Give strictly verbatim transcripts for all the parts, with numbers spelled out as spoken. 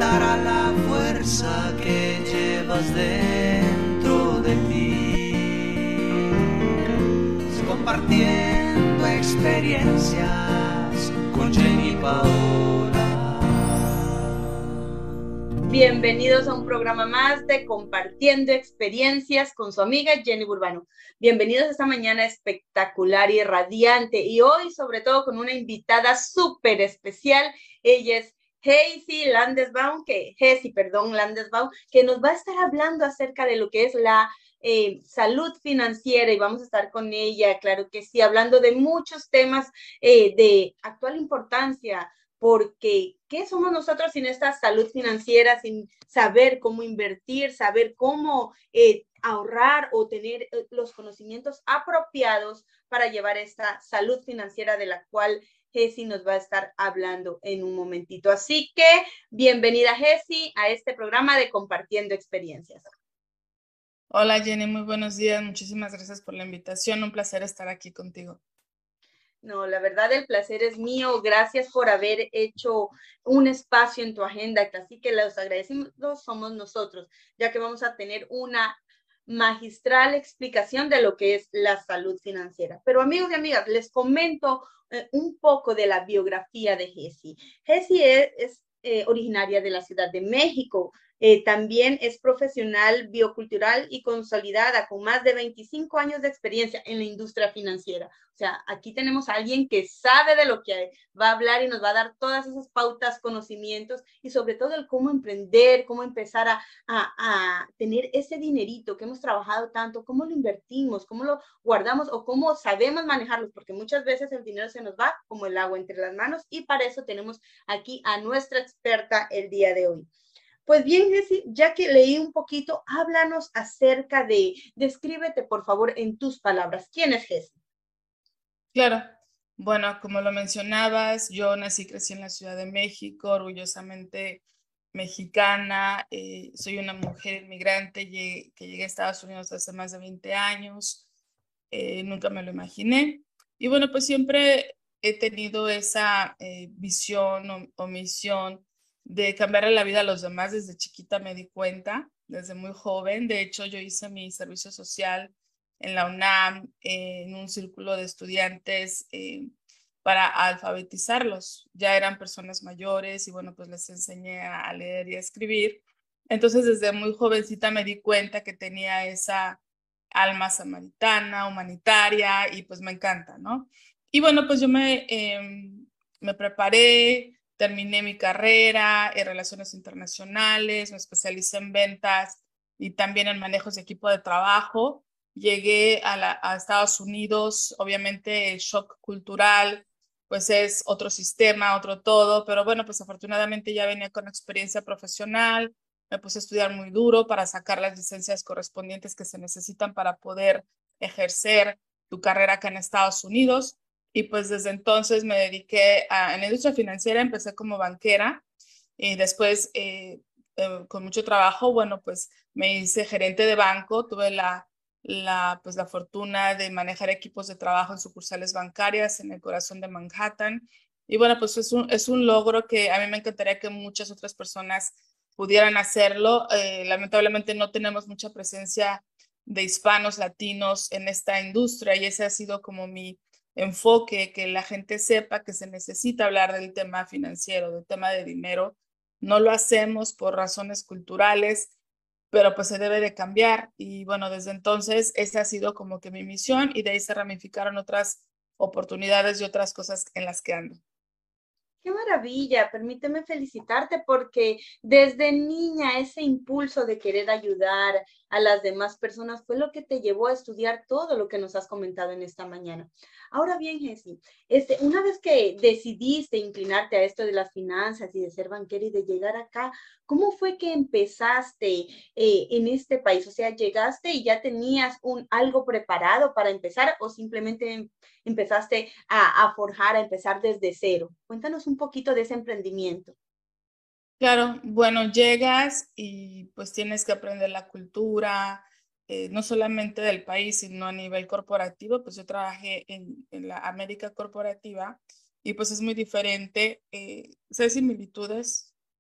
dará la fuerza que llevas dentro de ti. Compartiendo experiencias con Jenny Paola. Bienvenidos a un programa más de Compartiendo Experiencias con su amiga Jenny Burbano. Bienvenidos a esta mañana espectacular y radiante, y hoy sobre todo con una invitada súper especial. Ella es Jessie Landesbaum, que, Jessie, perdón, Landesbaum, que nos va a estar hablando acerca de lo que es la eh, salud financiera, y vamos a estar con ella, claro que sí, hablando de muchos temas eh, de actual importancia, porque ¿qué somos nosotros sin esta salud financiera, sin saber cómo invertir, saber cómo eh, ahorrar o tener eh, los conocimientos apropiados para llevar esta salud financiera de la cual Jessie nos va a estar hablando en un momentito? Así que bienvenida, Jessie, a este programa de Compartiendo Experiencias. Hola Jenny, muy buenos días, muchísimas gracias por la invitación, un placer estar aquí contigo. No, la verdad el placer es mío. Gracias por haber hecho un espacio en tu agenda, así que los agradecidos somos nosotros, ya que vamos a tener una magistral explicación de lo que es la salud financiera. Pero amigos y amigas, les comento eh, un poco de la biografía de Jessie. Jessie es, es eh, originaria de la Ciudad de México. Eh, también es profesional biocultural y consolidada con más de veinticinco años de experiencia en la industria financiera. O sea, aquí tenemos a alguien que sabe de lo que va a hablar y nos va a dar todas esas pautas, conocimientos y sobre todo el cómo emprender, cómo empezar a, a, a tener ese dinerito que hemos trabajado tanto, cómo lo invertimos, cómo lo guardamos o cómo sabemos manejarlo, porque muchas veces el dinero se nos va como el agua entre las manos, y para eso tenemos aquí a nuestra experta el día de hoy. Pues bien, Jessie, ya que leí un poquito, háblanos acerca de, descríbete por favor en tus palabras. ¿Quién es Jessie? Claro, bueno, como lo mencionabas, yo nací y crecí en la Ciudad de México, orgullosamente mexicana. Eh, soy una mujer inmigrante que llegué a Estados Unidos hace más de veinte años. Eh, nunca me lo imaginé. Y bueno, pues siempre he tenido esa eh, visión o, o misión de cambiarle la vida a los demás. Desde chiquita me di cuenta, desde muy joven. De hecho, yo hice mi servicio social en la UNAM, eh, en un círculo de estudiantes eh, para alfabetizarlos. Ya eran personas mayores y bueno, pues les enseñé a leer y a escribir. Entonces, desde muy jovencita me di cuenta que tenía esa alma samaritana, humanitaria, y pues me encanta, ¿no? Y bueno, pues yo me, eh, me preparé, terminé mi carrera en relaciones internacionales, me especialicé en ventas y también en manejos de equipo de trabajo. Llegué a, la, a Estados Unidos, obviamente el shock cultural, pues es otro sistema, otro todo, pero bueno, pues afortunadamente ya venía con experiencia profesional. Me puse a estudiar muy duro para sacar las licencias correspondientes que se necesitan para poder ejercer tu carrera acá en Estados Unidos. Y pues desde entonces me dediqué a, en la industria financiera, empecé como banquera y después eh, eh, con mucho trabajo, bueno, pues me hice gerente de banco, tuve la, la, pues, la fortuna de manejar equipos de trabajo en sucursales bancarias en el corazón de Manhattan. Y bueno, pues es un, es un logro que a mí me encantaría que muchas otras personas pudieran hacerlo. Eh, lamentablemente no tenemos mucha presencia de hispanos, latinos en esta industria, y ese ha sido como mi enfoque, que la gente sepa que se necesita hablar del tema financiero, del tema de dinero. No lo hacemos por razones culturales, pero pues se debe de cambiar. Y bueno, desde entonces esa ha sido como que mi misión, y de ahí se ramificaron otras oportunidades y otras cosas en las que ando. Qué maravilla, permíteme felicitarte porque desde niña ese impulso de querer ayudar a las demás personas fue lo que te llevó a estudiar todo lo que nos has comentado en esta mañana. Ahora bien, Jessie, este, una vez que decidiste inclinarte a esto de las finanzas y de ser banquera y de llegar acá, ¿cómo fue que empezaste eh, en este país? O sea, ¿llegaste y ya tenías un, algo preparado para empezar o simplemente empezaste a, a forjar, a empezar desde cero? Cuéntanos un poquito de ese emprendimiento. Claro, bueno, llegas y pues tienes que aprender la cultura, eh, no solamente del país, sino a nivel corporativo. Pues yo trabajé en, en la América corporativa y pues es muy diferente. Eh, sí hay similitudes,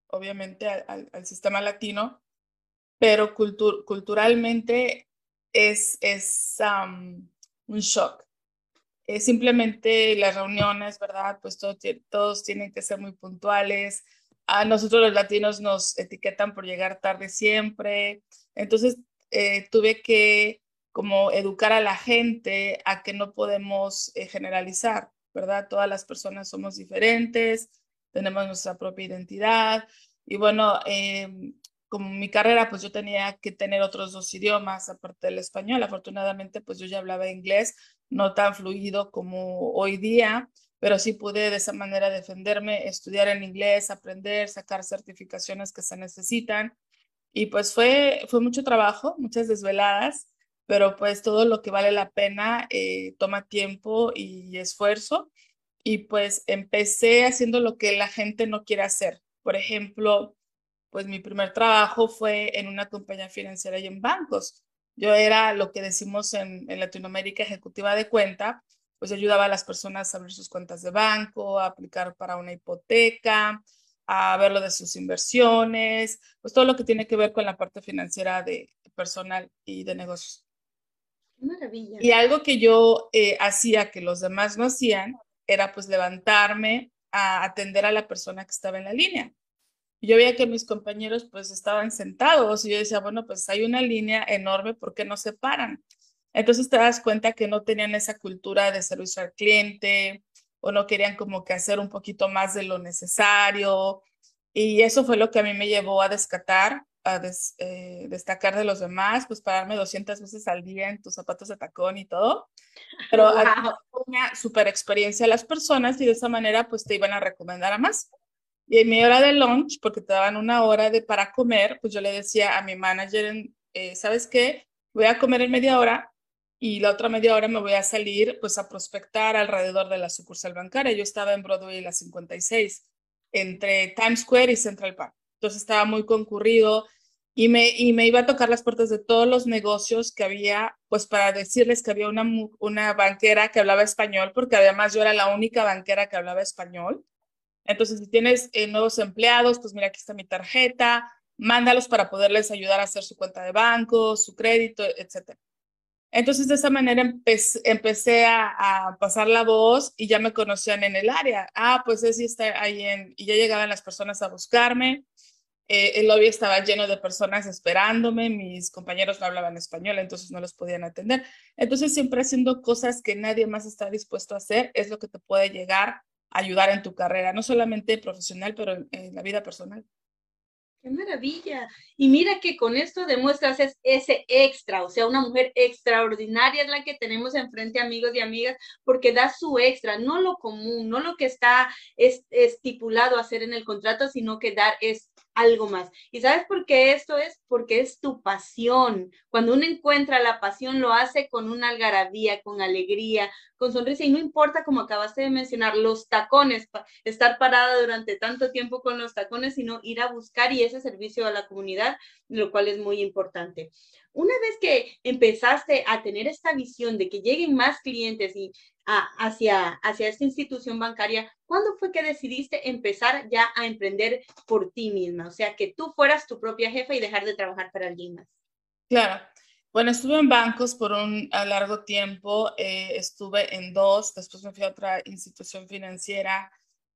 obviamente, al, al, al sistema latino, pero cultur culturalmente es, es um, un shock. Eh, simplemente las reuniones, ¿verdad? Pues todo, todos tienen que ser muy puntuales. A nosotros los latinos nos etiquetan por llegar tarde siempre. Entonces, eh, tuve que como educar a la gente a que no podemos eh, generalizar, ¿verdad? Todas las personas somos diferentes, tenemos nuestra propia identidad. Y bueno, eh, como mi carrera, pues yo tenía que tener otros dos idiomas aparte del español. Afortunadamente, pues yo ya hablaba inglés, no tan fluido como hoy día, pero sí pude de esa manera defenderme, estudiar en inglés, aprender, sacar certificaciones que se necesitan. Y pues fue, fue mucho trabajo, muchas desveladas, pero pues todo lo que vale la pena eh, toma tiempo y esfuerzo. Y pues empecé haciendo lo que la gente no quiere hacer. Por ejemplo, pues mi primer trabajo fue en una compañía financiera y en bancos. Yo era lo que decimos en, en Latinoamérica ejecutiva de cuenta, pues ayudaba a las personas a abrir sus cuentas de banco, a aplicar para una hipoteca, a ver lo de sus inversiones, pues todo lo que tiene que ver con la parte financiera de personal y de negocios. Qué maravilla. Y algo que yo eh, hacía que los demás no hacían era pues levantarme a atender a la persona que estaba en la línea. Yo veía que mis compañeros pues estaban sentados y yo decía, bueno, pues hay una línea enorme, ¿por qué no se paran? Entonces te das cuenta que no tenían esa cultura de servicio al cliente o no querían como que hacer un poquito más de lo necesario. Y eso fue lo que a mí me llevó a descatar, a des, eh, destacar de los demás, pues pararme doscientas veces al día en tus zapatos de tacón y todo. Pero Wow. una super experiencia a las personas y de esa manera pues te iban a recomendar a más. Y en mi hora de lunch, porque te daban una hora de, para comer, pues yo le decía a mi manager, eh, ¿sabes qué? Voy a comer en media hora y la otra media hora me voy a salir pues a prospectar alrededor de la sucursal bancaria. Yo estaba en Broadway y la cincuenta y seis, entre Times Square y Central Park. Entonces estaba muy concurrido y me, y me iba a tocar las puertas de todos los negocios que había, pues para decirles que había una, una banquera que hablaba español, porque además yo era la única banquera que hablaba español. Entonces, si tienes eh, nuevos empleados, pues mira, aquí está mi tarjeta, mándalos para poderles ayudar a hacer su cuenta de banco, su crédito, etcétera. Entonces, de esa manera empecé, empecé a, a pasar la voz y ya me conocían en el área. Ah, pues sí está ahí en... Y ya llegaban las personas a buscarme. Eh, el lobby estaba lleno de personas esperándome. Mis compañeros no hablaban español, entonces no los podían atender. Entonces, siempre haciendo cosas que nadie más está dispuesto a hacer es lo que te puede llegar ayudar en tu carrera, no solamente profesional, pero en, en la vida personal. ¡Qué maravilla! Y mira que con esto demuestras es, ese extra, o sea, una mujer extraordinaria es la que tenemos enfrente, amigos y amigas, porque da su extra, no lo común, no lo que está es, estipulado a hacer en el contrato, sino que dar es algo más. ¿Y sabes por qué esto es? Porque es tu pasión. Cuando uno encuentra la pasión, lo hace con una algarabía, con alegría, con sonrisa, y no importa, como acabaste de mencionar, los tacones, estar parada durante tanto tiempo con los tacones, sino ir a buscar y ese servicio a la comunidad, lo cual es muy importante. Una vez que empezaste a tener esta visión de que lleguen más clientes y a, hacia, hacia esta institución bancaria, ¿cuándo fue que decidiste empezar ya a emprender por ti misma? O sea, que tú fueras tu propia jefa y dejar de trabajar para alguien más. Claro. Bueno, estuve en bancos por un largo tiempo, eh, estuve en dos, después me fui a otra institución financiera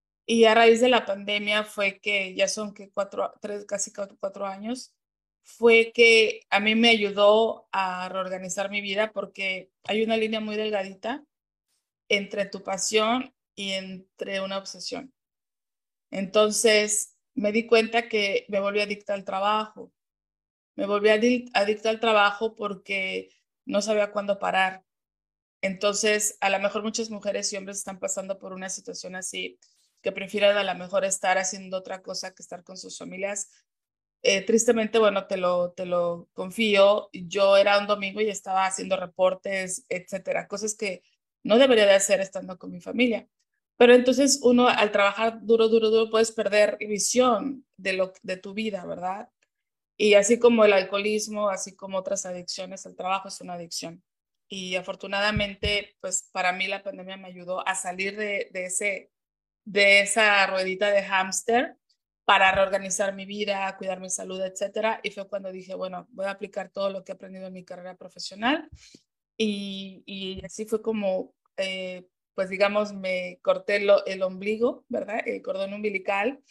y a raíz de la pandemia fue que, ya son que cuatro, tres, casi cuatro, cuatro años, fue que a mí me ayudó a reorganizar mi vida porque hay una línea muy delgadita entre tu pasión y entre una obsesión. Entonces me di cuenta que me volví adicta al trabajo. Me volví adicta al trabajo porque no sabía cuándo parar. Entonces, a lo mejor muchas mujeres y hombres están pasando por una situación así, que prefieren a lo mejor estar haciendo otra cosa que estar con sus familias. Eh, tristemente, bueno, te lo, te lo confío, yo era un domingo y estaba haciendo reportes, etcétera, cosas que no debería de hacer estando con mi familia. Pero entonces uno al trabajar duro, duro, duro, puedes perder visión de, lo, de tu vida, ¿verdad? Y así como el alcoholismo, así como otras adicciones, el trabajo es una adicción. Y afortunadamente, pues para mí la pandemia me ayudó a salir de, de, ese, de esa ruedita de hámster para reorganizar mi vida, cuidar mi salud, etcétera. Y fue cuando dije, bueno, voy a aplicar todo lo que he aprendido en mi carrera profesional. Y, y así fue como, eh, pues digamos, me corté lo, el ombligo, ¿verdad? El cordón umbilical.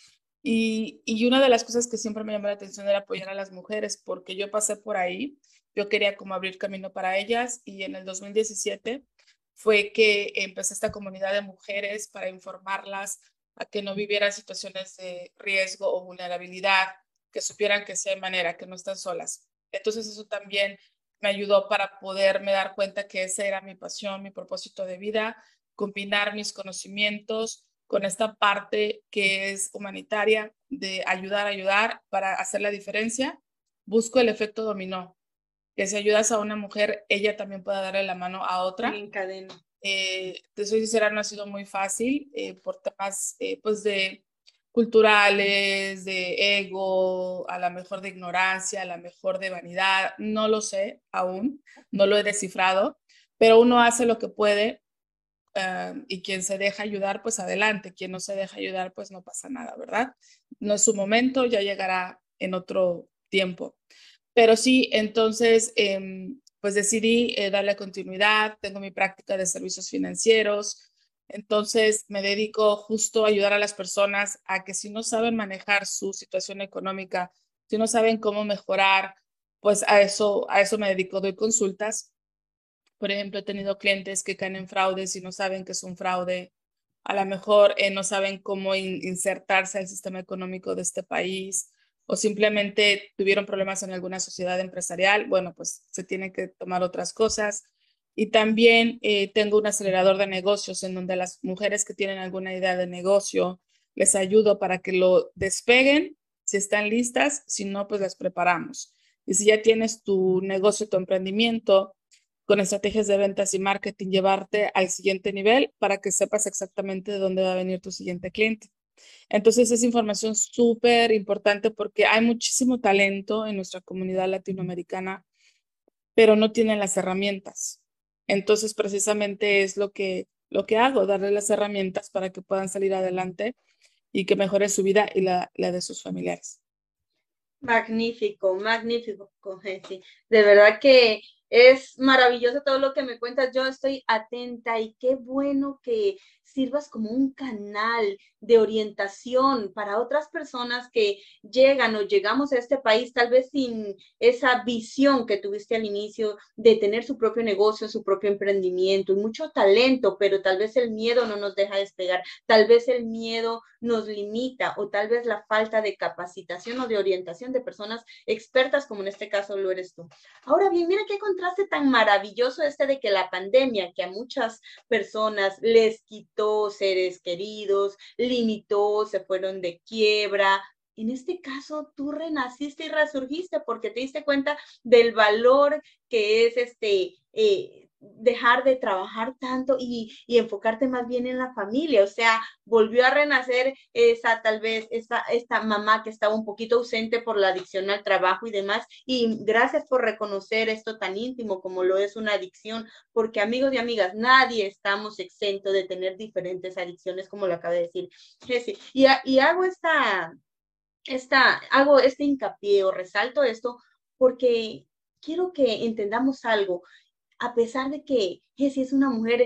Y, y una de las cosas que siempre me llamó la atención era apoyar a las mujeres, porque yo pasé por ahí, yo quería como abrir camino para ellas, y en el dos mil diecisiete fue que empecé esta comunidad de mujeres para informarlas a que no vivieran situaciones de riesgo o vulnerabilidad, que supieran que sí hay manera, que no están solas. Entonces eso también me ayudó para poderme dar cuenta que esa era mi pasión, mi propósito de vida, combinar mis conocimientos con esta parte que es humanitaria, de ayudar, ayudar para hacer la diferencia. Busco el efecto dominó, que si ayudas a una mujer, ella también pueda darle la mano a otra. En cadena. Eh, te soy sincera, no ha sido muy fácil eh, por temas eh, pues de culturales, de ego, a lo mejor de ignorancia, a lo mejor de vanidad, no lo sé aún, no lo he descifrado, pero uno hace lo que puede uh, y quien se deja ayudar, pues adelante, quien no se deja ayudar, pues no pasa nada, ¿verdad? No es su momento, ya llegará en otro tiempo. Pero sí, entonces, eh, pues decidí eh, darle continuidad, tengo mi práctica de servicios financieros, entonces me dedico justo a ayudar a las personas a que si no saben manejar su situación económica, si no saben cómo mejorar, pues a eso, a eso me dedico, doy consultas. Por ejemplo, he tenido clientes que caen en fraudes y no saben que es un fraude, a lo mejor eh, no saben cómo in insertarse al sistema económico de este país, o simplemente tuvieron problemas en alguna sociedad empresarial. Bueno, pues se tienen que tomar otras cosas. Y también eh, tengo un acelerador de negocios en donde las mujeres que tienen alguna idea de negocio les ayudo para que lo despeguen, si están listas, si no, pues las preparamos. Y si ya tienes tu negocio, tu emprendimiento, con estrategias de ventas y marketing, llevarte al siguiente nivel para que sepas exactamente de dónde va a venir tu siguiente cliente. Entonces es información súper importante porque hay muchísimo talento en nuestra comunidad latinoamericana, pero no tienen las herramientas. Entonces precisamente es lo que, lo que hago, darles las herramientas para que puedan salir adelante y que mejore su vida y la, la de sus familiares. Magnífico, magnífico, Jessy. De verdad que es maravilloso todo lo que me cuentas. Yo estoy atenta y qué bueno que sirvas como un canal de orientación para otras personas que llegan o llegamos a este país tal vez sin esa visión que tuviste al inicio de tener su propio negocio, su propio emprendimiento y mucho talento, pero tal vez el miedo no nos deja despegar, tal vez el miedo nos limita o tal vez la falta de capacitación o de orientación de personas expertas como en este caso lo eres tú. Ahora bien, mira qué contraste tan maravilloso este de que la pandemia que a muchas personas les quitó seres queridos, limitó, se fueron de quiebra. En este caso, tú renaciste y resurgiste porque te diste cuenta del valor que es este eh, dejar de trabajar tanto y, y enfocarte más bien en la familia. O sea, volvió a renacer esa tal vez esa, esta mamá que estaba un poquito ausente por la adicción al trabajo y demás. Y gracias por reconocer esto tan íntimo como lo es una adicción, porque amigos y amigas, nadie estamos exentos de tener diferentes adicciones, como lo acaba de decir Jessy. Y, y hago esta, esta, hago este hincapié o resalto esto porque quiero que entendamos algo. A pesar de que Jessy es una mujer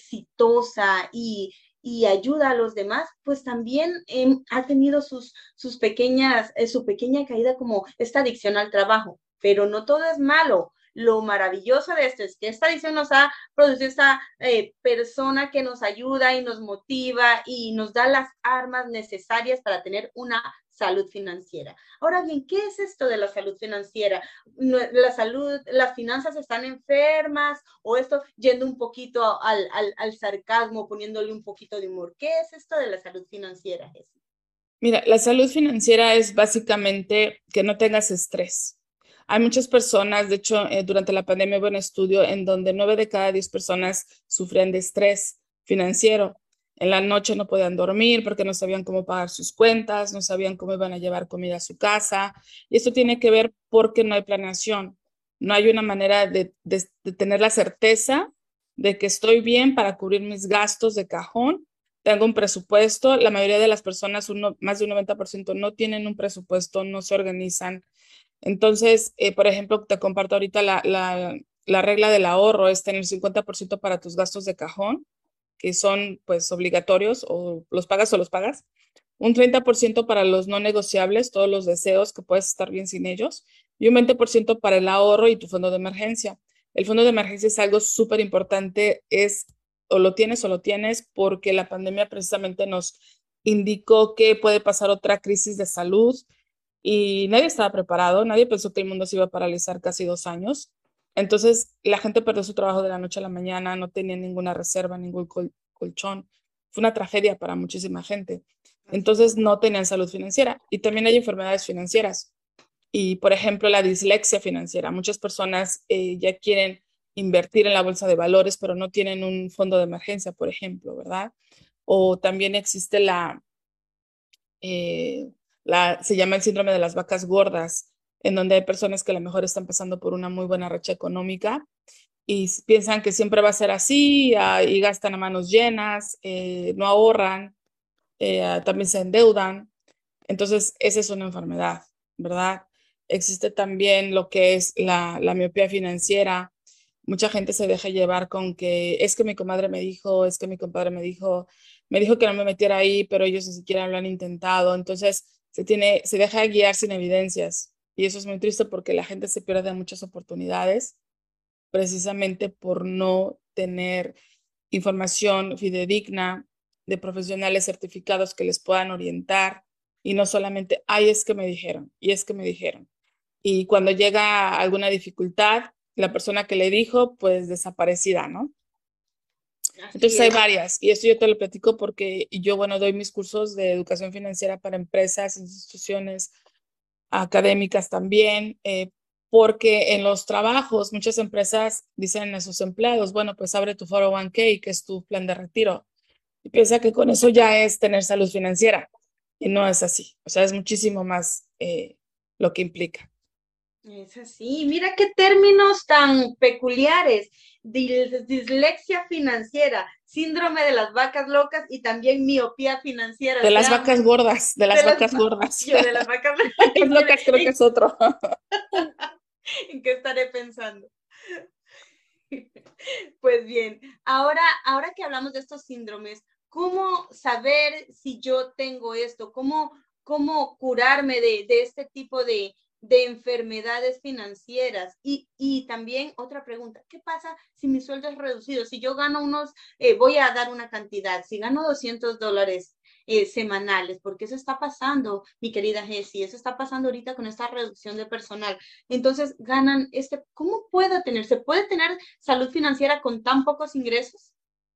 exitosa y, y ayuda a los demás, pues también eh, ha tenido sus, sus pequeñas, eh, su pequeña caída como esta adicción al trabajo, pero no todo es malo. Lo maravilloso de esto es que esta adicción nos ha producido esta eh, persona que nos ayuda y nos motiva y nos da las armas necesarias para tener una salud financiera. Ahora bien, ¿qué es esto de la salud financiera? La salud, las finanzas están enfermas o esto yendo un poquito al, al, al sarcasmo, poniéndole un poquito de humor. ¿Qué es esto de la salud financiera, Jessy? Mira, la salud financiera es básicamente que no tengas estrés. Hay muchas personas, de hecho, eh, durante la pandemia hubo un estudio en donde nueve de cada diez personas sufrían de estrés financiero. En la noche no podían dormir porque no sabían cómo pagar sus cuentas, no sabían cómo iban a llevar comida a su casa. Y esto tiene que ver porque no hay planeación. No hay una manera de, de, de tener la certeza de que estoy bien para cubrir mis gastos de cajón, tengo un presupuesto. La mayoría de las personas, uno, más de un noventa por ciento, no tienen un presupuesto, no se organizan. Entonces, eh, por ejemplo, te comparto ahorita la, la, la regla del ahorro, es tener cincuenta por ciento para tus gastos de cajón, que son pues obligatorios, o los pagas o los pagas. Un treinta por ciento para los no negociables, todos los deseos que puedes estar bien sin ellos, y un veinte por ciento para el ahorro y tu fondo de emergencia. El fondo de emergencia es algo súper importante, es o lo tienes o lo tienes, porque la pandemia precisamente nos indicó que puede pasar otra crisis de salud y nadie estaba preparado, nadie pensó que el mundo se iba a paralizar casi dos años. Entonces la gente perdió su trabajo de la noche a la mañana, no tenía ninguna reserva, ningún col colchón. Fue una tragedia para muchísima gente. Entonces no tenían salud financiera y también hay enfermedades financieras. Y por ejemplo, la dislexia financiera. Muchas personas eh, ya quieren invertir en la bolsa de valores, pero no tienen un fondo de emergencia, por ejemplo, ¿verdad? O también existe la, eh, la, se llama el síndrome de las vacas gordas, en donde hay personas que a lo mejor están pasando por una muy buena racha económica y piensan que siempre va a ser así, ah, y gastan a manos llenas, eh, no ahorran, eh, también se endeudan. Entonces, esa es una enfermedad, ¿verdad? Existe también lo que es la, la miopía financiera. Mucha gente se deja llevar con que es que mi comadre me dijo, es que mi compadre me dijo, me dijo que no me metiera ahí, pero ellos ni siquiera lo han intentado. Entonces, se tiene, se deja guiar sin evidencias. Y eso es muy triste porque la gente se pierde muchas oportunidades precisamente por no tener información fidedigna de profesionales certificados que les puedan orientar y no solamente, ay, es que me dijeron, y es que me dijeron. Y cuando llega alguna dificultad, la persona que le dijo, pues desaparecida, ¿no? Así Entonces hay es. varias, y esto yo te lo platico porque yo, bueno, doy mis cursos de educación financiera para empresas, instituciones académicas también, eh, porque en los trabajos muchas empresas dicen a sus empleados, bueno, pues abre tu cuatro oh uno k, que es tu plan de retiro, y piensa que con eso ya es tener salud financiera, y no es así, o sea, es muchísimo más eh, lo que implica. Es así, mira qué términos tan peculiares. Dis- Dislexia financiera, síndrome de las vacas locas y también miopía financiera. De O las sea, vacas gordas, de las de las, vacas gordas. yo de las vacas Vacas locas, locas creo que ¿en, es otro. en qué estaré pensando? Pues bien, ahora, ahora que hablamos de estos síndromes, ¿cómo saber si yo tengo esto? ¿Cómo, cómo curarme de, de este tipo de, de enfermedades financieras? Y, y también otra pregunta, ¿qué pasa si mi sueldo es reducido? Si yo gano unos, eh, voy a dar una cantidad, si gano doscientos dólares eh, semanales, porque eso está pasando, mi querida Jessie, eso está pasando ahorita con esta reducción de personal. Entonces ganan este, ¿cómo puedo tener? ¿Se puede tener salud financiera con tan pocos ingresos?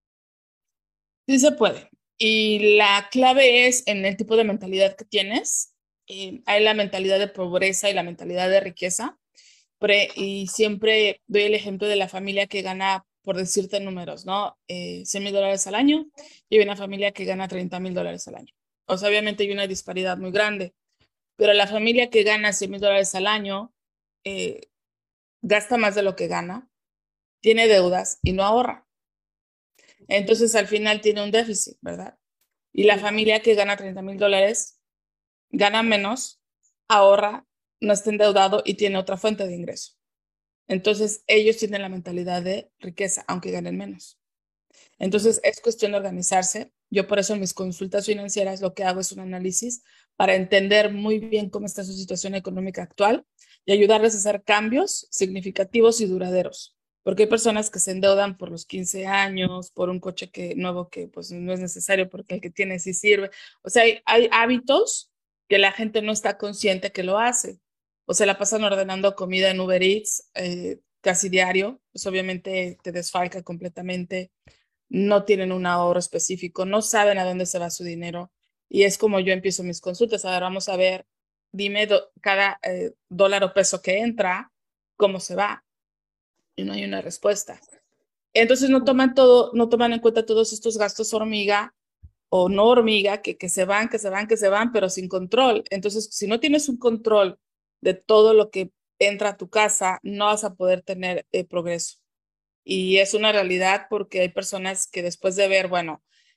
Sí se puede. Y la clave es en el tipo de mentalidad que tienes. Eh, hay la mentalidad de pobreza y la mentalidad de riqueza. Pre, y siempre doy el ejemplo de la familia que gana, por decirte números, ¿no? Eh, cien mil dólares al año y hay una familia que gana treinta mil dólares al año. O sea, obviamente hay una disparidad muy grande, pero la familia que gana cien mil dólares al año eh, gasta más de lo que gana, tiene deudas y no ahorra. Entonces al final tiene un déficit, ¿verdad? Y la familia que gana treinta mil dólares gana menos, ahorra, no está endeudado y tiene otra fuente de ingreso. Entonces ellos tienen la mentalidad de riqueza, aunque ganen menos. Entonces es cuestión de organizarse. Yo por eso en mis consultas financieras lo que hago es un análisis para entender muy bien cómo está su situación económica actual y ayudarles a hacer cambios significativos y duraderos. Porque hay personas que se endeudan por los quince años, por un coche que, nuevo que pues no es necesario porque el que tiene sí sirve. O sea, hay, hay hábitos que la gente no está consciente que lo hace. O se la pasan ordenando comida en Uber Eats eh, casi diario. Pues obviamente te desfalca completamente, no tienen un ahorro específico, no saben a dónde se va su dinero. Y es como yo empiezo mis consultas. A ver, vamos a ver, dime do, cada eh, dólar o peso que entra, cómo se va. Y no hay una respuesta. Entonces no toman todo, no toman en cuenta todos estos gastos hormiga o no hormiga, que, que se van, que se van, que se van, pero sin control. Entonces, si no tienes un control de todo lo que entra a tu casa, no vas a poder tener eh, progreso. Y es una realidad porque hay personas que después de ver, bueno,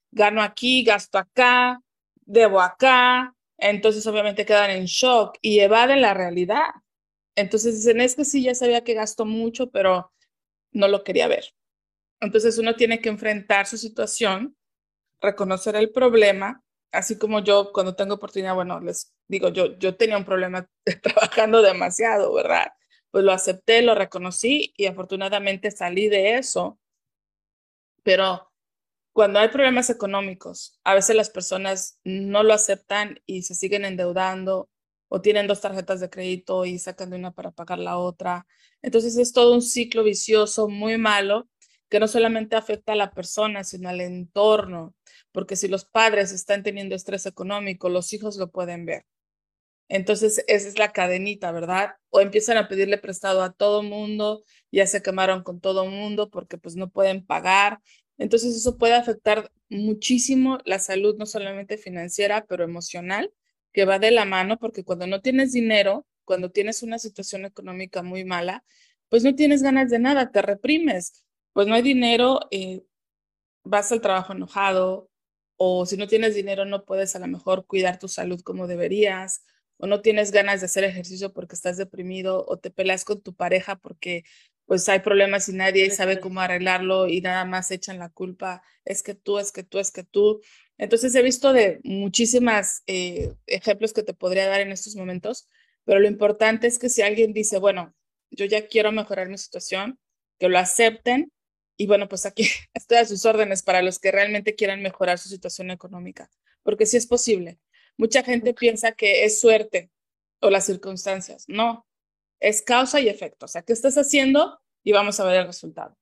gano aquí, gasto acá, debo acá, entonces obviamente quedan en shock y evaden la realidad. Entonces dicen, es que sí, ya sabía que gasto mucho, pero no lo quería ver. Entonces uno tiene que enfrentar su situación, reconocer el problema, así como yo cuando tengo oportunidad, bueno, les digo, yo, yo tenía un problema trabajando demasiado, ¿verdad? Pues lo acepté, lo reconocí y afortunadamente salí de eso, pero cuando hay problemas económicos, a veces las personas no lo aceptan y se siguen endeudando o tienen dos tarjetas de crédito y sacan de una para pagar la otra. Entonces es todo un ciclo vicioso muy malo que no solamente afecta a la persona, sino al entorno, porque si los padres están teniendo estrés económico, los hijos lo pueden ver. Entonces, esa es la cadenita, ¿verdad? O empiezan a pedirle prestado a todo mundo, ya se quemaron con todo mundo porque pues no pueden pagar. Entonces, eso puede afectar muchísimo la salud, no solamente financiera, pero emocional, que va de la mano, porque cuando no tienes dinero, cuando tienes una situación económica muy mala, pues no tienes ganas de nada, te reprimes. Pues no hay dinero, eh, vas al trabajo enojado, o si no tienes dinero no puedes a lo mejor cuidar tu salud como deberías, o no tienes ganas de hacer ejercicio porque estás deprimido, o te peleas con tu pareja porque pues hay problemas y nadie sabe cómo arreglarlo y nada más echan la culpa, es que tú, es que tú, es que tú. Entonces he visto de muchísimas eh, ejemplos que te podría dar en estos momentos, pero lo importante es que si alguien dice, bueno, yo ya quiero mejorar mi situación, que lo acepten y bueno, pues aquí estoy a sus órdenes para los que realmente quieran mejorar su situación económica, porque sí es posible. Mucha gente piensa que es suerte o las circunstancias. No, es causa y efecto. O sea, ¿qué estás haciendo? Y vamos a ver el resultado.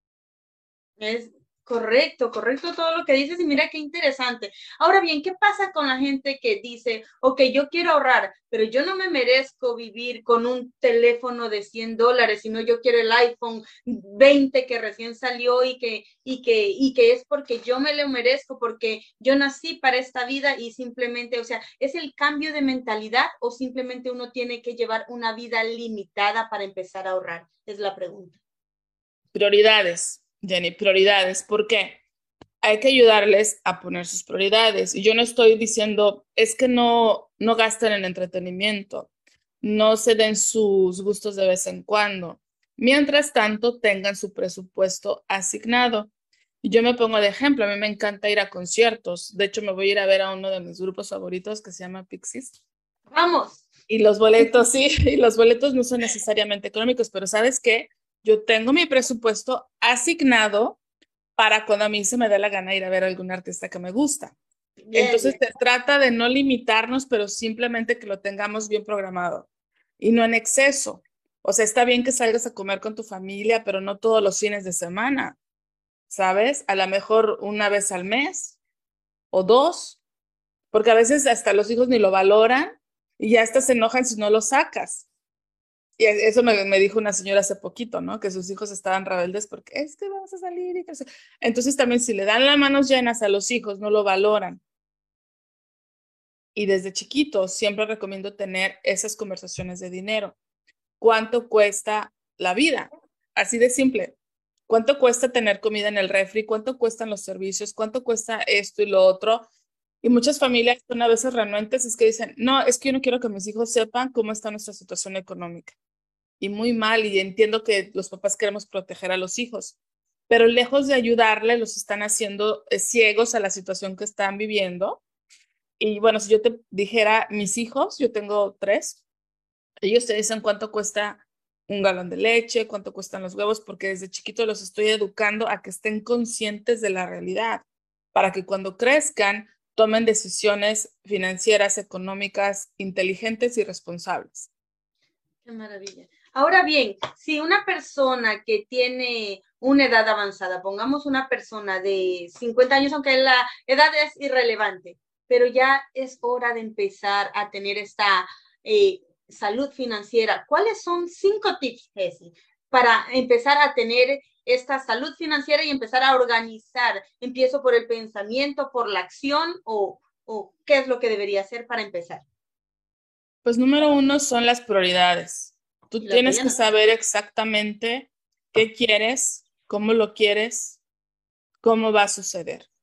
Es correcto, correcto todo lo que dices y mira qué interesante. Ahora bien, ¿qué pasa con la gente que dice, ok, yo quiero ahorrar, pero yo no me merezco vivir con un teléfono de cien dólares, sino yo quiero el iPhone veinte que recién salió y que, y que, y que es porque yo me lo merezco, porque yo nací para esta vida y simplemente, o sea, ¿es el cambio de mentalidad o simplemente uno tiene que llevar una vida limitada para empezar a ahorrar? Es la pregunta. Prioridades, Jenny, prioridades. ¿Por qué? Hay que ayudarles a poner sus prioridades. Y yo no estoy diciendo, es que no, no gasten en entretenimiento, no se den sus gustos de vez en cuando. Mientras tanto, tengan su presupuesto asignado. Y yo me pongo de ejemplo, a mí me encanta ir a conciertos. De hecho, me voy a ir a ver a uno de mis grupos favoritos que se llama Pixies. Vamos. Y los boletos, sí, y los boletos no son necesariamente económicos, pero ¿sabes qué? Yo tengo mi presupuesto asignado para cuando a mí se me dé la gana ir a ver a algún artista que me gusta. Bien, Entonces bien. se trata de no limitarnos, pero simplemente que lo tengamos bien programado y no en exceso. O sea, está bien que salgas a comer con tu familia, pero no todos los fines de semana, ¿sabes? A lo mejor una vez al mes o dos, porque a veces hasta los hijos ni lo valoran y ya hasta se enojan si no lo sacas. Y eso me, me dijo una señora hace poquito, ¿no? Que sus hijos estaban rebeldes porque es que vamos a salir y que... Entonces también si le dan las manos llenas a los hijos, no lo valoran. Y desde chiquitos siempre recomiendo tener esas conversaciones de dinero. ¿Cuánto cuesta la vida? Así de simple. ¿Cuánto cuesta tener comida en el refri? ¿Cuánto cuestan los servicios? ¿Cuánto cuesta esto y lo otro? Y muchas familias son a veces renuentes, es que dicen, no, es que yo no quiero que mis hijos sepan cómo está nuestra situación económica. Y muy mal, y entiendo que los papás queremos proteger a los hijos, pero lejos de ayudarle, los están haciendo eh, ciegos a la situación que están viviendo. Y bueno, si yo te dijera, mis hijos, yo tengo tres, ellos te dicen cuánto cuesta un galón de leche, cuánto cuestan los huevos, porque desde chiquito los estoy educando a que estén conscientes de la realidad, para que cuando crezcan tomen decisiones financieras, económicas, inteligentes y responsables. Qué maravilla. Ahora bien, si una persona que tiene una edad avanzada, pongamos una persona de cincuenta años, aunque la edad es irrelevante, pero ya es hora de empezar a tener esta eh, salud financiera, ¿cuáles son cinco tips, Jessie, para empezar a tener esta salud financiera y empezar a organizar? ¿Empiezo por el pensamiento, por la acción o, o qué es lo que debería hacer para empezar? Pues número uno son las prioridades. Tú tienes que saber exactamente qué quieres, cómo lo quieres, cómo va a suceder.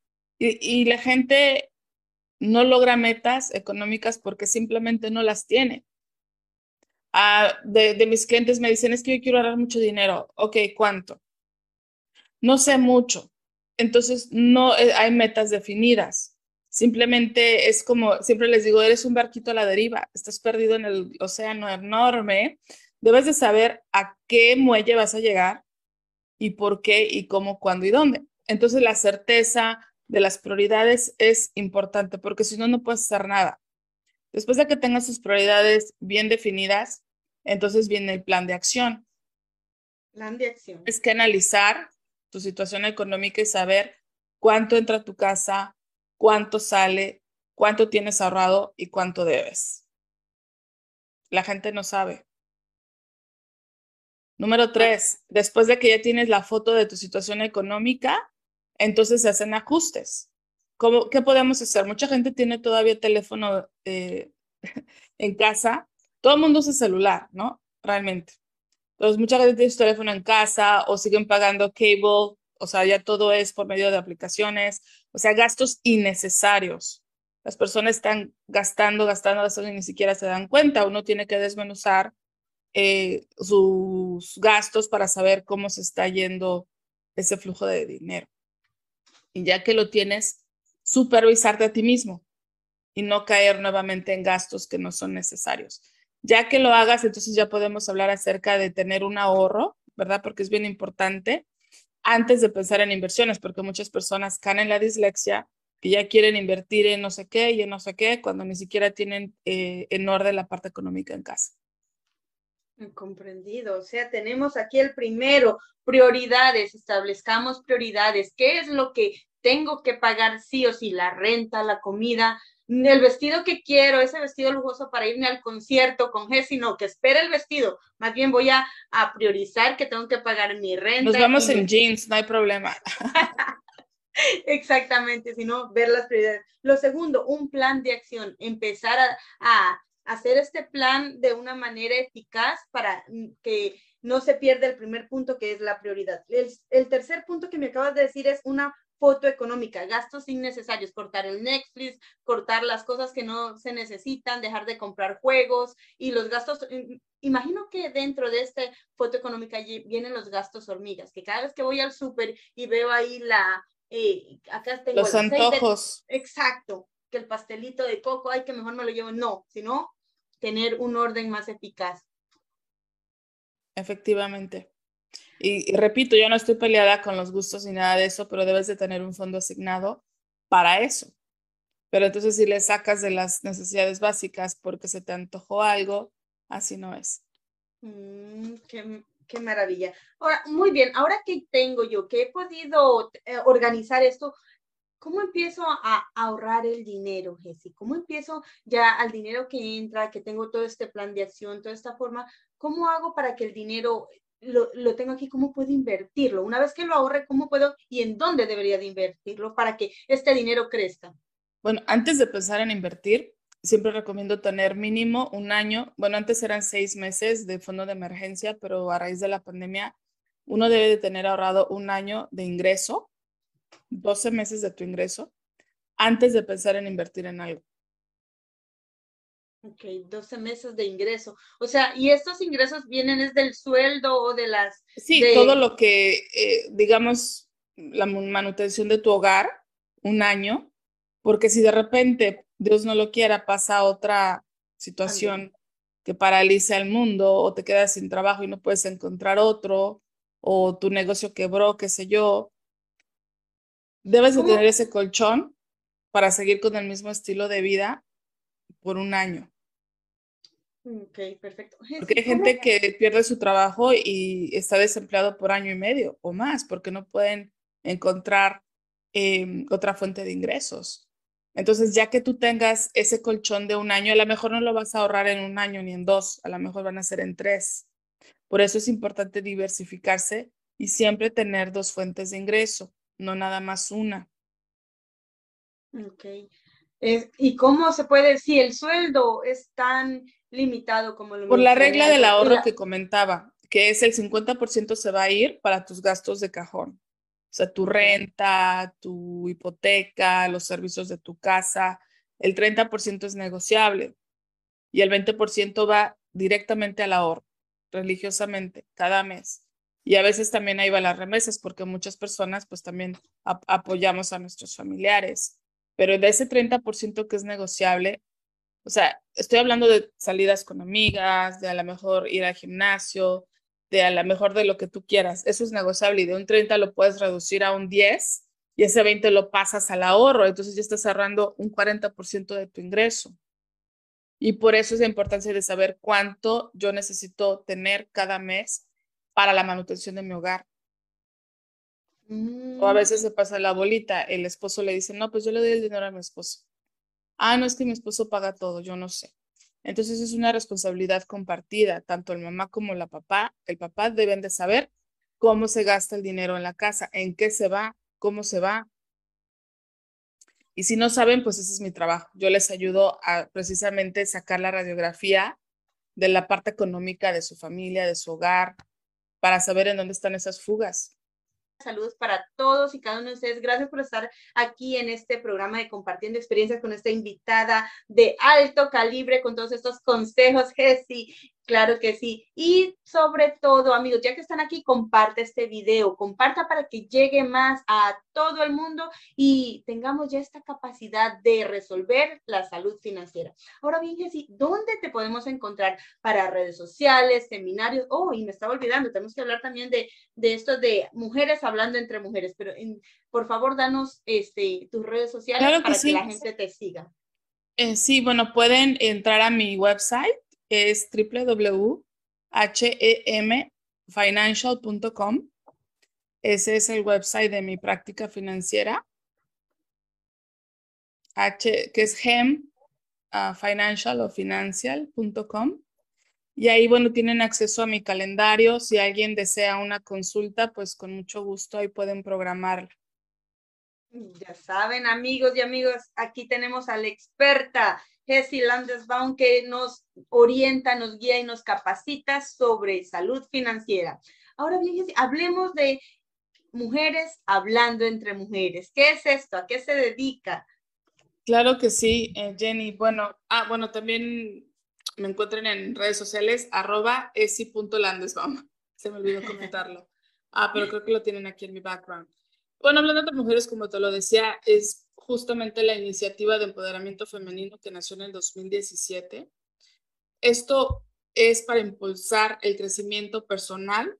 Y, y la gente no logra metas económicas porque simplemente no las tiene. Ah, de, de mis clientes me dicen, es que yo quiero ahorrar mucho dinero. Ok, ¿cuánto? No sé mucho. Entonces, no eh, hay metas definidas. Simplemente es como, siempre les digo, eres un barquito a la deriva, estás perdido en el océano enorme. Debes de saber a qué muelle vas a llegar y por qué y cómo, cuándo y dónde. Entonces, la certeza de las prioridades es importante porque si no, no puedes hacer nada. Después de que tengas tus prioridades bien definidas, entonces viene el plan de acción. Plan de acción. Es que analizar tu situación económica y saber cuánto entra a tu casa, cuánto sale, cuánto tienes ahorrado y cuánto debes. La gente no sabe. Número tres, después de que ya tienes la foto de tu situación económica, entonces se hacen ajustes. ¿Cómo, ¿Qué podemos hacer? Mucha gente tiene todavía teléfono eh, en casa. Todo el mundo usa celular, ¿no? Realmente. Entonces, mucha gente tiene su teléfono en casa o siguen pagando cable, o sea, ya todo es por medio de aplicaciones, o sea, gastos innecesarios. Las personas están gastando, gastando, gastando y ni siquiera se dan cuenta. Uno tiene que desmenuzar eh, sus gastos para saber cómo se está yendo ese flujo de dinero. Y ya que lo tienes, supervisarte a ti mismo y no caer nuevamente en gastos que no son necesarios. Ya que lo hagas, entonces ya podemos hablar acerca de tener un ahorro, ¿verdad? Porque es bien importante antes de pensar en inversiones, porque muchas personas caen en la dislexia que ya quieren invertir en no sé qué y en no sé qué, cuando ni siquiera tienen eh, en orden la parte económica en casa. Comprendido. O sea, tenemos aquí el primero, prioridades, establezcamos prioridades. ¿Qué es lo que tengo que pagar sí o sí? La renta, la comida, el vestido que quiero, ese vestido lujoso para irme al concierto con Jessy, no, que espere el vestido. Más bien voy a, a priorizar que tengo que pagar mi renta. Nos vamos y en mi... jeans, no hay problema. Exactamente, sino ver las prioridades. Lo segundo, un plan de acción, empezar a, a hacer este plan de una manera eficaz para que no se pierda el primer punto, que es la prioridad. El, el tercer punto que me acabas de decir es una foto económica, gastos innecesarios, cortar el Netflix, cortar las cosas que no se necesitan, dejar de comprar juegos y los gastos. Imagino que dentro de esta foto económica vienen los gastos hormigas, que cada vez que voy al súper y veo ahí la, eh, acá tengo Los el aceite, antojos. exacto, que el pastelito de coco, ay, que mejor me lo llevo, no, sino tener un orden más eficaz. Efectivamente. Y, y repito, yo no estoy peleada con los gustos ni nada de eso, pero debes de tener un fondo asignado para eso. Pero entonces si le sacas de las necesidades básicas porque se te antojó algo, así no es. Mm, qué, qué maravilla. Ahora, muy bien, ahora que tengo yo, que he podido eh, organizar esto, ¿cómo empiezo a ahorrar el dinero, Jessy? ¿Cómo empiezo ya al dinero que entra, que tengo todo este plan de acción, toda esta forma? ¿Cómo hago para que el dinero lo, lo tengo aquí? ¿Cómo puedo invertirlo? Una vez que lo ahorre, ¿cómo puedo y en dónde debería de invertirlo para que este dinero crezca? Bueno, antes de pensar en invertir, siempre recomiendo tener mínimo un año. Bueno, antes eran seis meses de fondo de emergencia, pero a raíz de la pandemia, uno debe de tener ahorrado un año de ingreso, doce meses de tu ingreso, antes de pensar en invertir en algo. Ok, doce meses de ingreso. O sea, ¿y estos ingresos vienen es del sueldo o de las... Sí, de... todo lo que, eh, digamos, la manutención de tu hogar, un año, porque si de repente, Dios no lo quiera, pasa otra situación que paraliza el mundo o te quedas sin trabajo y no puedes encontrar otro, o tu negocio quebró, qué sé yo, debes de ¿Cómo? tener ese colchón para seguir con el mismo estilo de vida por un año. Ok, perfecto. Porque hay ¿Cómo? gente que pierde su trabajo y está desempleado por año y medio o más porque no pueden encontrar eh, otra fuente de ingresos. Entonces, ya que tú tengas ese colchón de un año, a lo mejor no lo vas a ahorrar en un año ni en dos, a lo mejor van a ser en tres. Por eso es importante diversificarse y siempre tener dos fuentes de ingreso, no nada más una. Ok. Es, ¿y cómo se puede, si el sueldo es tan limitado como lo Por la mencioné regla del antes? Y ahorro la, que comentaba, que es el cincuenta por ciento se va a ir para tus gastos de cajón. sea, tu renta, tu hipoteca, los servicios de tu casa, el treinta por ciento es negociable y el veinte por ciento va directamente al ahorro, religiosamente, cada mes. Y a veces también ahí va las remesas, porque muchas personas pues también ap apoyamos a nuestros familiares. Pero de ese treinta por ciento que es negociable, o sea, estoy hablando de salidas con amigas, de a lo mejor ir al gimnasio, de a lo mejor de lo que tú quieras. Eso es negociable y de un treinta lo puedes reducir a un diez y ese veinte lo pasas al ahorro. Entonces ya estás ahorrando un cuarenta por ciento de tu ingreso. Y por eso es la importancia de saber cuánto yo necesito tener cada mes para la manutención de mi hogar. Mm. O a veces se pasa la bolita, el esposo le dice, no, pues yo le doy el dinero a mi esposo. Ah, no, es que mi esposo paga todo, yo no sé. Entonces es una responsabilidad compartida, tanto el mamá como la papá, el papá deben de saber cómo se gasta el dinero en la casa, en qué se va, cómo se va. Y si no saben, pues ese es mi trabajo. Yo les ayudo a precisamente sacar la radiografía de la parte económica de su familia, de su hogar, para saber en dónde están esas fugas. Saludos para todos y cada uno de ustedes. Gracias por estar aquí en este programa de Compartiendo Experiencias con esta invitada de alto calibre, con todos estos consejos, Jessy. Claro que sí. Y sobre todo, amigos, ya que están aquí, comparte este video, comparta para que llegue más a todo el mundo y tengamos ya esta capacidad de resolver la salud financiera. Ahora bien, Jessy, ¿dónde te podemos encontrar para redes sociales, seminarios? Oh, y me estaba olvidando, tenemos que hablar también de, de esto de mujeres hablando entre mujeres, pero en, por favor, danos este, tus redes sociales Claro que para sí. que la gente te siga. Eh, sí, bueno, pueden entrar a mi website, es w w w punto hem financial punto com. Ese es el website de mi práctica financiera, H, que es hem uh, financial o financial punto com. Y ahí, bueno, tienen acceso a mi calendario. Si alguien desea una consulta, pues con mucho gusto ahí pueden programarla. Ya saben, amigos y amigos, aquí tenemos a la experta Jessy Landesbaum, que nos orienta, nos guía y nos capacita sobre salud financiera. Ahora bien, Jessy, hablemos de mujeres hablando entre mujeres. ¿Qué es esto? ¿A qué se dedica? Claro que sí, eh, Jenny. Bueno, ah, bueno, también me encuentran en redes sociales, arroba esi.landesbaum. Se me olvidó comentarlo. Ah, pero creo que lo tienen aquí en mi background. Bueno, hablando de mujeres, como te lo decía, es justamente la iniciativa de empoderamiento femenino que nació en el dos mil diecisiete. Esto es para impulsar el crecimiento personal,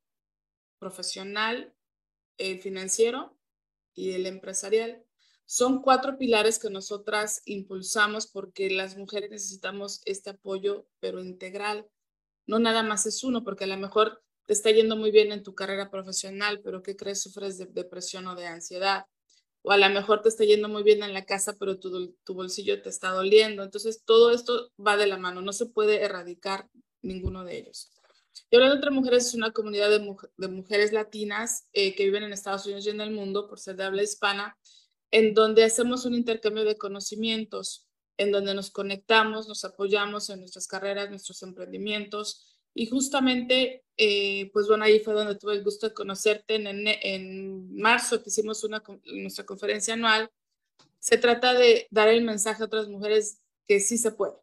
profesional, el financiero y el empresarial. Son cuatro pilares que nosotras impulsamos porque las mujeres necesitamos este apoyo, pero integral. No nada más es uno, porque a lo mejor te está yendo muy bien en tu carrera profesional, pero ¿qué crees? Sufres de depresión o de ansiedad. O a lo mejor te está yendo muy bien en la casa, pero tu, tu bolsillo te está doliendo. Entonces, todo esto va de la mano. No se puede erradicar ninguno de ellos. Y hablando entre mujeres, es una comunidad de, mu de mujeres latinas eh, que viven en Estados Unidos y en el mundo, por ser de habla hispana, en donde hacemos un intercambio de conocimientos, en donde nos conectamos, nos apoyamos en nuestras carreras, nuestros emprendimientos. Y justamente, eh, pues bueno, ahí fue donde tuve el gusto de conocerte en, en, en marzo, que hicimos una, nuestra conferencia anual. Se trata de dar el mensaje a otras mujeres que sí se puede.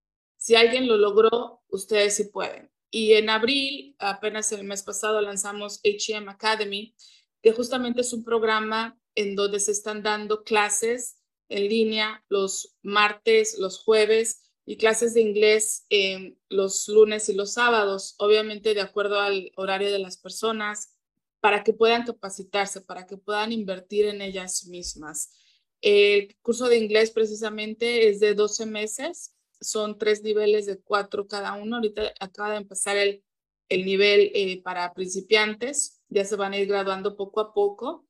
Si alguien lo logró, ustedes sí pueden. Y en abril, apenas el mes pasado, lanzamos H E M Academy, que justamente es un programa en donde se están dando clases en línea los martes, los jueves y clases de inglés eh, los lunes y los sábados, obviamente de acuerdo al horario de las personas, para que puedan capacitarse, para que puedan invertir en ellas mismas. El curso de inglés precisamente es de doce meses, son tres niveles de cuatro cada uno. Ahorita acaba de empezar el, el nivel eh, para principiantes, ya se van a ir graduando poco a poco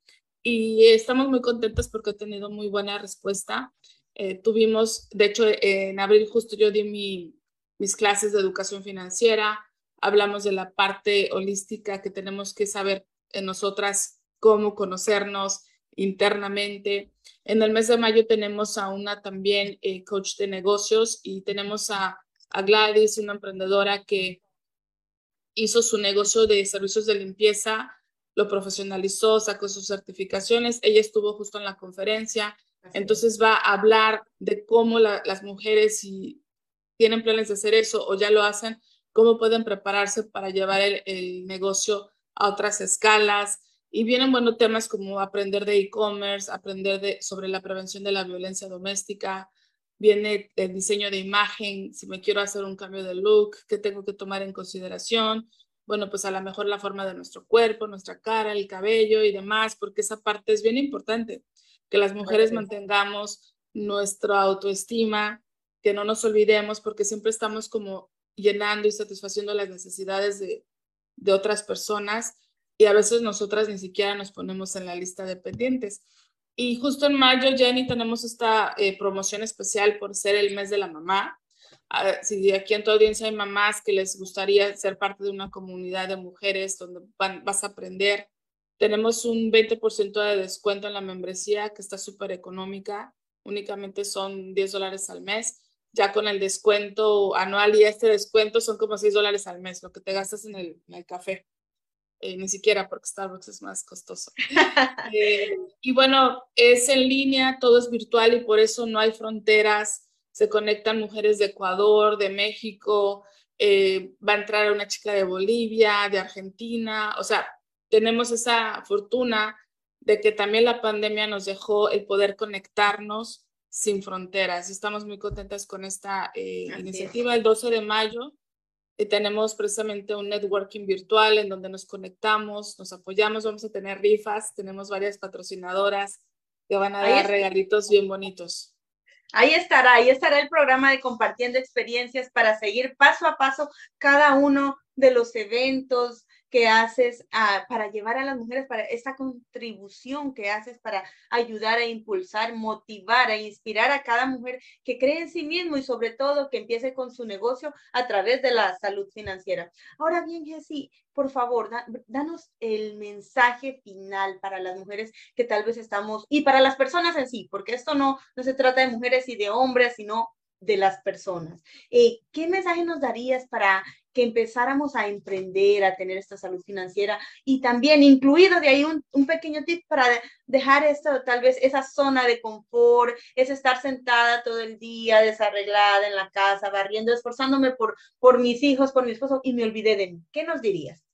y estamos muy contentas porque he tenido muy buena respuesta. Eh, tuvimos, de hecho, eh, en abril justo yo di mi, mis clases de educación financiera, hablamos de la parte holística que tenemos que saber en nosotras, cómo conocernos internamente. En el mes de mayo tenemos a una también eh, coach de negocios y tenemos a, a Gladys, una emprendedora que hizo su negocio de servicios de limpieza lo profesionalizó, sacó sus certificaciones, ella estuvo justo en la conferencia, entonces va a hablar de cómo la, las mujeres, si tienen planes de hacer eso o ya lo hacen, cómo pueden prepararse para llevar el, el negocio a otras escalas. Y vienen buenos temas como aprender de e-commerce, aprender de, sobre la prevención de la violencia doméstica, viene el diseño de imagen, si me quiero hacer un cambio de look, qué tengo que tomar en consideración. Bueno, pues a lo mejor la forma de nuestro cuerpo, nuestra cara, el cabello y demás, porque esa parte es bien importante, que las mujeres mantengamos nuestra autoestima, que no nos olvidemos, porque siempre estamos como llenando y satisfaciendo las necesidades de, de otras personas, y a veces nosotras ni siquiera nos ponemos en la lista de pendientes. Y justo en mayo, Jenny, tenemos esta eh, promoción especial por ser el mes de la mamá. Uh, si aquí en tu audiencia hay mamás que les gustaría ser parte de una comunidad de mujeres donde van, vas a aprender, tenemos un veinte por ciento de descuento en la membresía, que está súper económica. Únicamente son diez dólares al mes. Ya con el descuento anual y este descuento son como seis dólares al mes, lo que te gastas en el, en el café. Eh, ni siquiera, porque Starbucks es más costoso. eh, y bueno, es en línea, todo es virtual y por eso no hay fronteras. Se conectan mujeres de Ecuador, de México, eh, va a entrar una chica de Bolivia, de Argentina. O sea, tenemos esa fortuna de que también la pandemia nos dejó el poder conectarnos sin fronteras. Estamos muy contentas con esta eh, iniciativa. El doce de mayo y tenemos precisamente un networking virtual en donde nos conectamos, nos apoyamos, vamos a tener rifas, tenemos varias patrocinadoras que van a dar ahí regalitos bien bonitos. Ahí estará, ahí estará el programa de Compartiendo Experiencias para seguir paso a paso cada uno de los eventos que haces uh, para llevar a las mujeres, para esta contribución que haces para ayudar a impulsar, motivar, a inspirar a cada mujer que cree en sí mismo y sobre todo que empiece con su negocio a través de la salud financiera. Ahora bien, Jessy, por favor, da, danos el mensaje final para las mujeres que tal vez estamos, y para las personas en sí, porque esto no, no se trata de mujeres y de hombres, sino de las personas. Eh, ¿Qué mensaje nos darías para que empezáramos a emprender, a tener esta salud financiera y también incluido de ahí un, un pequeño tip para dejar esto, tal vez esa zona de confort, es estar sentada todo el día, desarreglada en la casa, barriendo, esforzándome por, por mis hijos, por mi esposo y me olvidé de mí? ¿Qué nos dirías?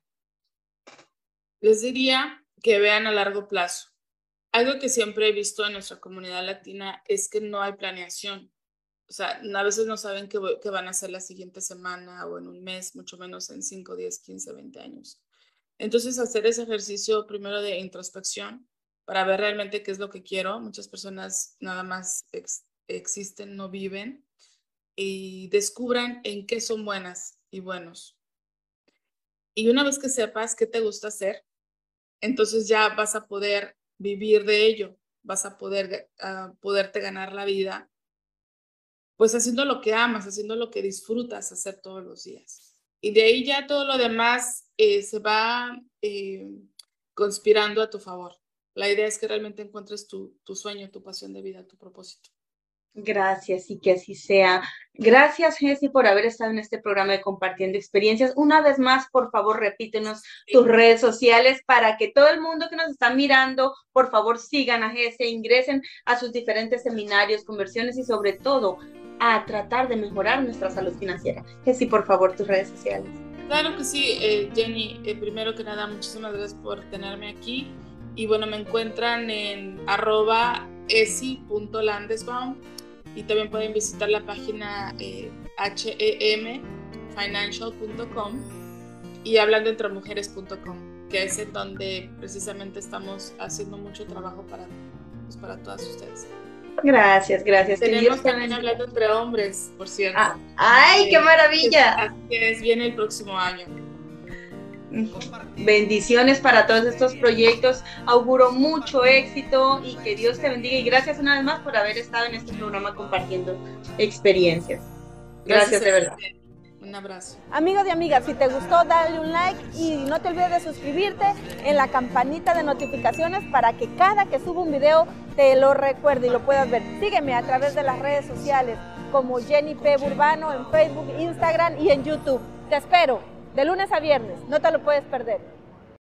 Les diría que vean a largo plazo. Algo que siempre he visto en nuestra comunidad latina es que no hay planeación. O sea, a veces no saben qué, qué van a hacer la siguiente semana o en un mes, mucho menos en cinco, diez, quince, veinte años. Entonces, hacer ese ejercicio primero de introspección para ver realmente qué es lo que quiero. Muchas personas nada más ex, existen, no viven, y descubran en qué son buenas y buenos. Y una vez que sepas qué te gusta hacer, entonces ya vas a poder vivir de ello, vas a poder uh, poderte ganar la vida pues haciendo lo que amas, haciendo lo que disfrutas hacer todos los días. Y de ahí ya todo lo demás eh, se va eh, conspirando a tu favor. La idea es que realmente encuentres tu, tu sueño, tu pasión de vida, tu propósito. Gracias y que así sea. Gracias, Jessy, por haber estado en este programa de Compartiendo Experiencias. Una vez más, por favor, repítenos tus redes sociales para que todo el mundo que nos está mirando, por favor, sigan a Jessy, ingresen a sus diferentes seminarios, conversiones y sobre todo a tratar de mejorar nuestra salud financiera. Jessy, por favor, tus redes sociales. Claro que sí, eh, Jenny. Eh, primero que nada, muchísimas gracias por tenerme aquí. Y bueno, me encuentran en arroba esi punto landesbaum. Y también pueden visitar la página eh, H E M financial punto com y hablando entre mujeres punto com, que es en donde precisamente estamos haciendo mucho trabajo para, pues, para todas ustedes. Gracias, gracias. Tenemos también Hablando entre Hombres, por cierto. Ah, ¡ay, qué maravilla! Así es, viene el próximo año. Bendiciones para todos estos proyectos, auguro mucho éxito y que Dios te bendiga y gracias una vez más por haber estado en este programa Compartiendo Experiencias. Gracias, gracias de verdad. Un abrazo. Amigos y amigas, si te gustó, dale un like y no te olvides de suscribirte en la campanita de notificaciones para que cada que suba un video te lo recuerde y lo puedas ver. Sígueme a través de las redes sociales como Jenny P. Burbano en Facebook, Instagram y en YouTube. Te espero de lunes a viernes, no te lo puedes perder.